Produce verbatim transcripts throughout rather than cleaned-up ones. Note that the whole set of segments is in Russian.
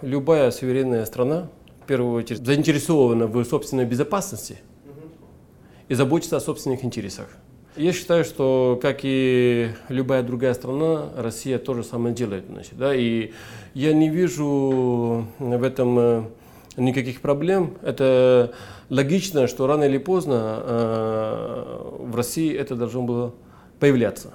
любая суверенная страна, в первую очередь, заинтересована в собственной безопасности и заботится о собственных интересах. Я считаю, что, как и любая другая страна, Россия то же самое делает. Значит, да, и я не вижу в этом никаких проблем. Это логично, что рано или поздно э, в России это должно было появляться.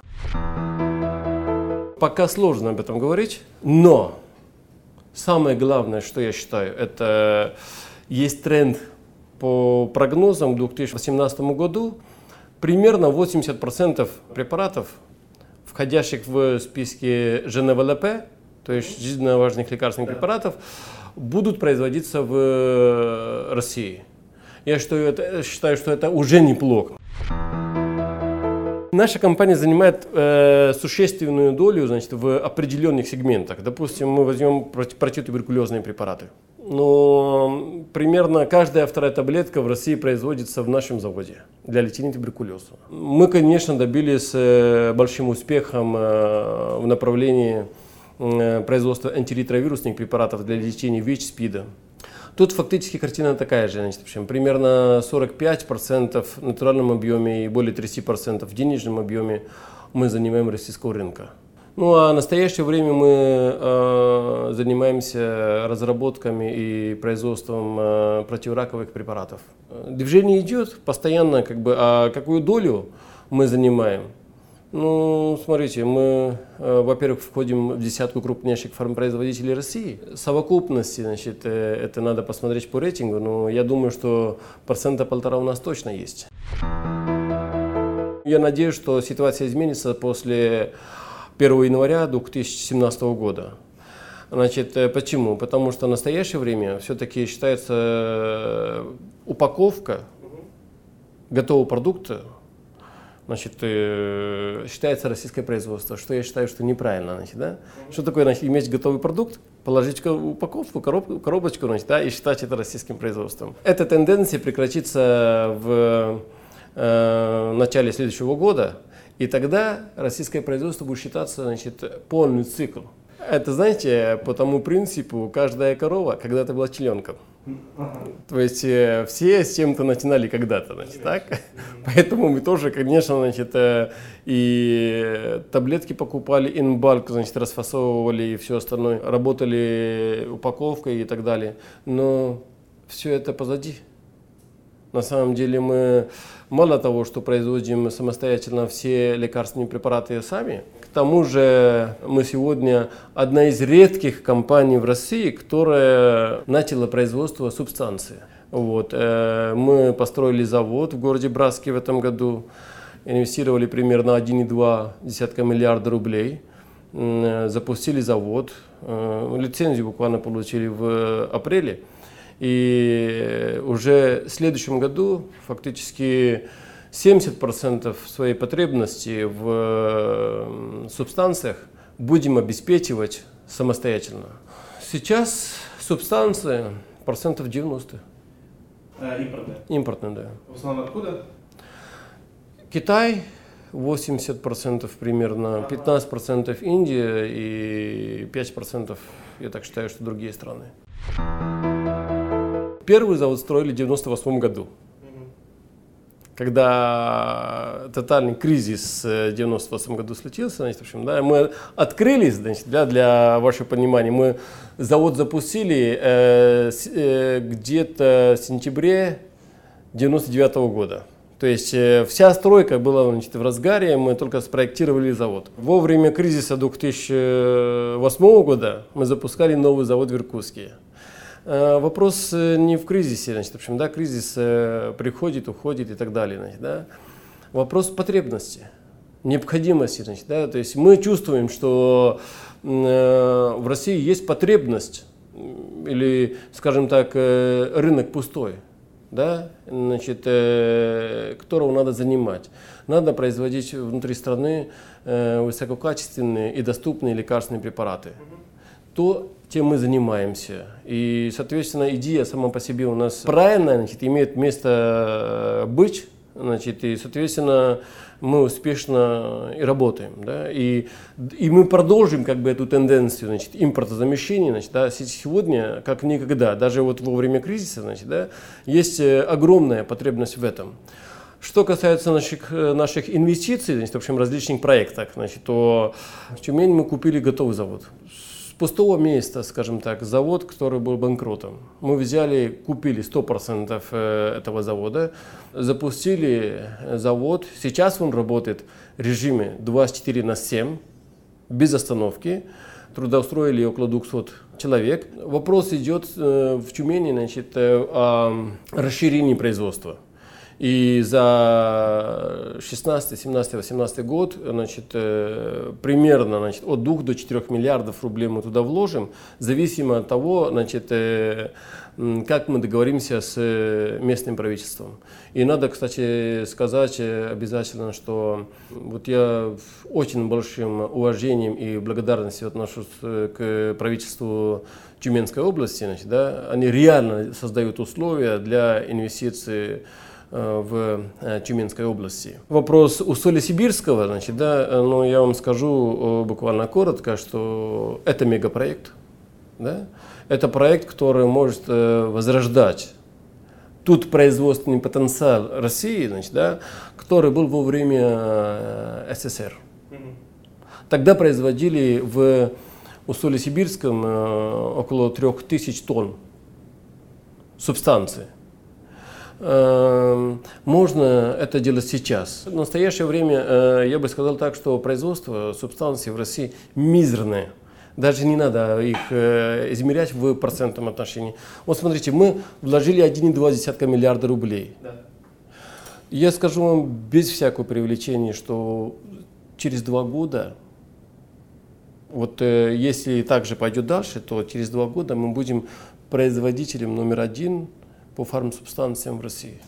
Пока сложно об этом говорить, но самое главное, что я считаю, это есть тренд по прогнозам к две тысячи восемнадцатому году. Примерно восемьдесят процентов препаратов, входящих в списки жэ эн вэ эл пэ, то есть жизненно важных лекарственных препаратов, будут производиться в России. Я считаю, это, считаю, что это уже неплохо. Наша компания занимает э, существенную долю, значит, в определенных сегментах. Допустим, мы возьмем противотуберкулезные препараты. Но примерно каждая вторая таблетка в России производится в нашем заводе для лечения туберкулеза. Мы, конечно, добились э, большим успехом э, в направлении э, производства антиретровирусных препаратов для лечения ВИЧ, СПИДа. Тут фактически картина такая же. Значит, в общем, примерно сорок пять процентов в натуральном объеме и более тридцать процентов в денежном объеме мы занимаем российского рынка. Ну а в настоящее время мы э, занимаемся разработками и производством э, противораковых препаратов. Движение идет постоянно, как бы, а какую долю мы занимаем? Ну, смотрите, мы, э, во-первых, входим в десятку крупнейших фармпроизводителей России. В совокупности, значит, э, это надо посмотреть по рейтингу, но я думаю, что процента полтора у нас точно есть. Я надеюсь, что ситуация изменится после первого января две тысячи семнадцатого года. Значит, почему? Потому что в настоящее время все-таки считается упаковка готового продукта, значит, считается российское производство, что я считаю, что неправильно. Значит, да? Что такое, значит, иметь готовый продукт, положить в упаковку, коробку, коробочку, значит, да, и считать это российским производством. Эта тенденция прекратится в э, начале следующего года. И тогда российское производство будет считаться, значит, полный цикл. Это, знаете, по тому принципу, каждая корова когда-то была теленком. То есть э, все с чем-то начинали когда-то, значит, так? Поэтому мы тоже, конечно, значит, э, и таблетки покупали in-bulk, значит, расфасовывали и все остальное, работали упаковкой и так далее. Но все это позади. На самом деле мы мало того, что производим самостоятельно все лекарственные препараты сами, к тому же мы сегодня одна из редких компаний в России, которая начала производство субстанции. Вот. Мы построили завод в городе Братске в этом году, инвестировали примерно один и два десятка миллиарда рублей, запустили завод, лицензию буквально получили в апреле. И уже в следующем году фактически семьдесят процентов своей потребности в субстанциях будем обеспечивать самостоятельно. Сейчас субстанция процентов девяносто. А, импортная? Импортная, да. В основном откуда? Китай восемьдесят процентов примерно, пятнадцать процентов Индия и пять процентов, я так считаю, что другие страны. Первый завод строили в девяносто восьмом году, когда тотальный кризис в девяносто восьмом году случился. Значит, в общем, да, мы открылись, значит, для, для вашего понимания, мы завод запустили э, э, где-то в сентябре девяносто девятого года. То есть э, вся стройка была, значит, в разгаре, мы только спроектировали завод. Во время кризиса две тысячи восьмого года мы запускали новый завод в Иркутске. Вопрос не в кризисе, значит, в общем, да, кризис приходит, уходит и так далее, значит, да. Вопрос потребности, необходимости, значит, да, то есть мы чувствуем, что в России есть потребность или, скажем так, рынок пустой, да, значит, которого надо занимать. Надо производить внутри страны высококачественные и доступные лекарственные препараты. То, чем мы занимаемся. И, соответственно, идея сама по себе у нас правильная, значит, имеет место быть. Значит, и, соответственно, мы успешно и работаем. Да? И, и мы продолжим как бы эту тенденцию, значит, импортозамещения. Значит, да? Сегодня, как никогда, даже вот во время кризиса, значит, да, есть огромная потребность в этом. Что касается наших, наших инвестиций, значит, в общем, различных проектов, значит, то в Тюмени мы купили готовый завод. С пустого места, скажем так, завод, который был банкротом. Мы взяли, купили сто процентов этого завода, запустили завод. Сейчас он работает в режиме двадцать четыре на семь, без остановки. Трудоустроили около двухсот человек. Вопрос идет в Тюмени, значит, о расширении производства. И за шестнадцатый, семнадцатый, восемнадцатый год, значит, э, примерно, значит, от двух до четырёх миллиардов рублей мы туда вложим, зависимо от того, значит, э, как мы договоримся с местным правительством. И надо, кстати, сказать обязательно, что вот я очень большим уважением и благодарностью отношусь к правительству Тюменской области. Значит, да, они реально создают условия для инвестиций в Тюменской области. Вопрос у Соли-Сибирского, значит, да, ну, я вам скажу буквально коротко, что это мегапроект. Да? Это проект, который может возрождать тот производственный потенциал России, значит, да, который был во время СССР. Тогда производили в Усоле-Сибирском около трех тысяч тонн субстанции. Можно это делать сейчас. В настоящее время я бы сказал так, что производство субстанций в России мизерное. Даже не надо их измерять в процентном отношении. Вот смотрите, мы вложили один и два десятка миллиарда рублей. Да. Я скажу вам без всякого преувеличения, что через два года, вот если так же пойдет дальше, то через два года мы будем производителем номер один по фармсубстанциям в России.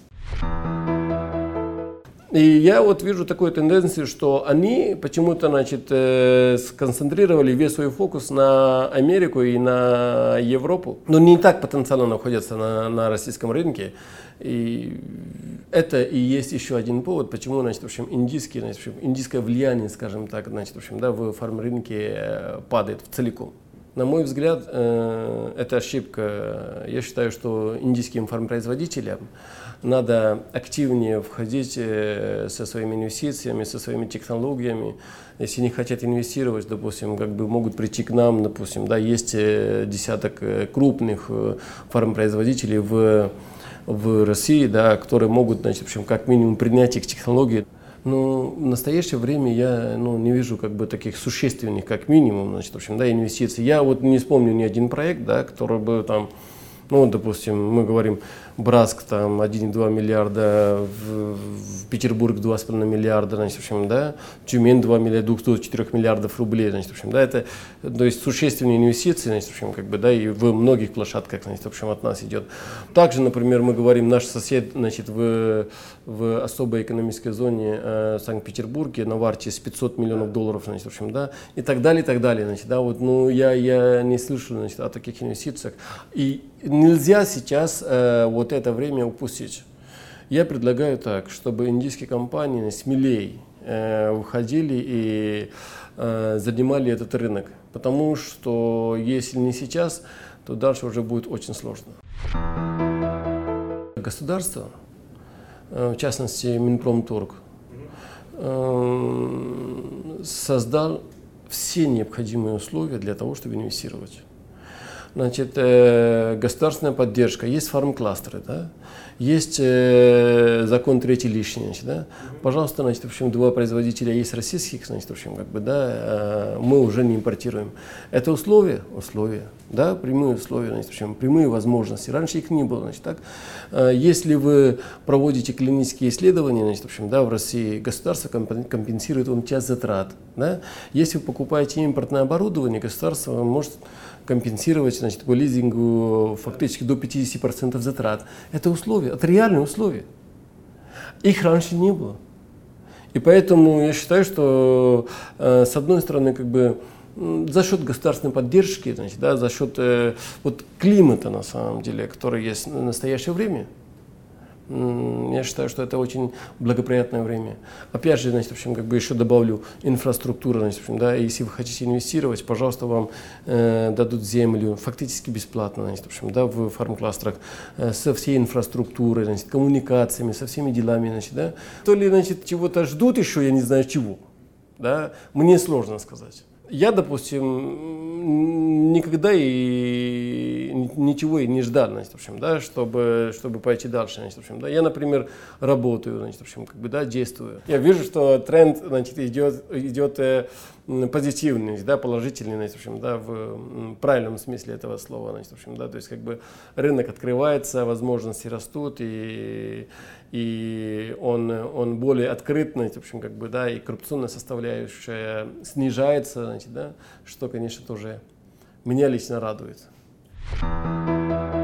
И я вот вижу такую тенденцию, что они почему-то, значит, э, сконцентрировали весь свой фокус на Америку и на Европу, но не так потенциально находятся на, на российском рынке. И это и есть еще один повод, почему, значит, в общем, индийский, значит, в общем, индийское влияние, скажем так, значит, в общем, да, в фармрынке падает целиком. На мой взгляд, э, это ошибка. Я считаю, что индийским фармпроизводителям надо активнее входить э, со своими инвестициями, со своими технологиями. Если не хотят инвестировать, допустим, как бы могут прийти к нам, допустим, да, есть э, десяток э, крупных э, фармпроизводителей в, в России, да, которые могут, значит, в общем, как минимум принять их технологии. Но в настоящее время я, ну, не вижу как бы таких существенных, как минимум, значит, в общем, да, инвестиций. Я вот не вспомню ни один проект, да, который бы там, ну, допустим, мы говорим, Братск там один и два миллиарда, в, в Петербург два с половиной миллиарда, значит, в общем, да, Тюмень два миллиарда, двухсот четырёх миллиардов рублей, значит, в общем, да, это, то есть существенные инвестиции, значит, в общем, как бы, да, и в многих площадках, значит, в общем, от нас идет. Также, например, мы говорим, наш сосед, значит, в, в особой экономической зоне э, Санкт-Петербурге, Новартис, пятьсот миллионов долларов, значит, в общем, да, и так далее, и так далее, значит, да, вот, ну, я, я не слышу, значит, о таких инвестициях, и нельзя сейчас э, вот это время упустить. Я предлагаю так, чтобы индийские компании смелее э, выходили и э, занимали этот рынок, потому что если не сейчас, то дальше уже будет очень сложно. Государство, э, в частности Минпромторг, э, создал все необходимые условия для того, чтобы инвестировать. Значит, э, государственная поддержка, есть фармкластеры, да? Есть э, закон третий лишний, значит, да? Пожалуйста, значит, в общем, два производителя есть российских, значит, в общем, как бы, да, э, мы уже не импортируем. Это условия, условия, да, прямые условия, значит, в общем, прямые возможности. Раньше их не было, значит, так. Э, если вы проводите клинические исследования, значит, в общем, да, в России, государство компенсирует вам часть затрат, да? Если вы покупаете импортное оборудование, государство может компенсировать, значит, по лизингу фактически до пятидесяти процентов затрат. Это условия, это реальные условия. Их раньше не было. И поэтому я считаю, что э, с одной стороны, как бы, за счет государственной поддержки, значит, да, за счет э, вот, климата, на самом деле, который есть в настоящее время, Я считаю, что это очень благоприятное время. Опять же, значит, в общем, как бы еще добавлю инфраструктура, значит, в общем, да, если вы хотите инвестировать, пожалуйста, вам э, дадут землю фактически бесплатно, значит, в общем, да, в фармкластерах э, со всей инфраструктурой, значит, коммуникациями, со всеми делами, значит, да. То ли, значит, чего-то ждут еще, я не знаю чего, да, мне сложно сказать. Я, допустим, никогда и ничего и не ждал, значит, в общем, да, чтобы, чтобы пойти дальше, значит, в общем, да. Я, например, работаю, значит, в общем, как бы, да, действую. Я вижу, что тренд, значит, идет, идет э, позитивный, да, положительный, значит, в общем, да, в правильном смысле этого слова, значит, в общем, да, то есть, как бы, рынок открывается, возможности растут, и, и он, он более открыт, значит, в общем, как бы, да, и коррупционная составляющая снижается, значит, да, что, конечно, тоже меня лично радует.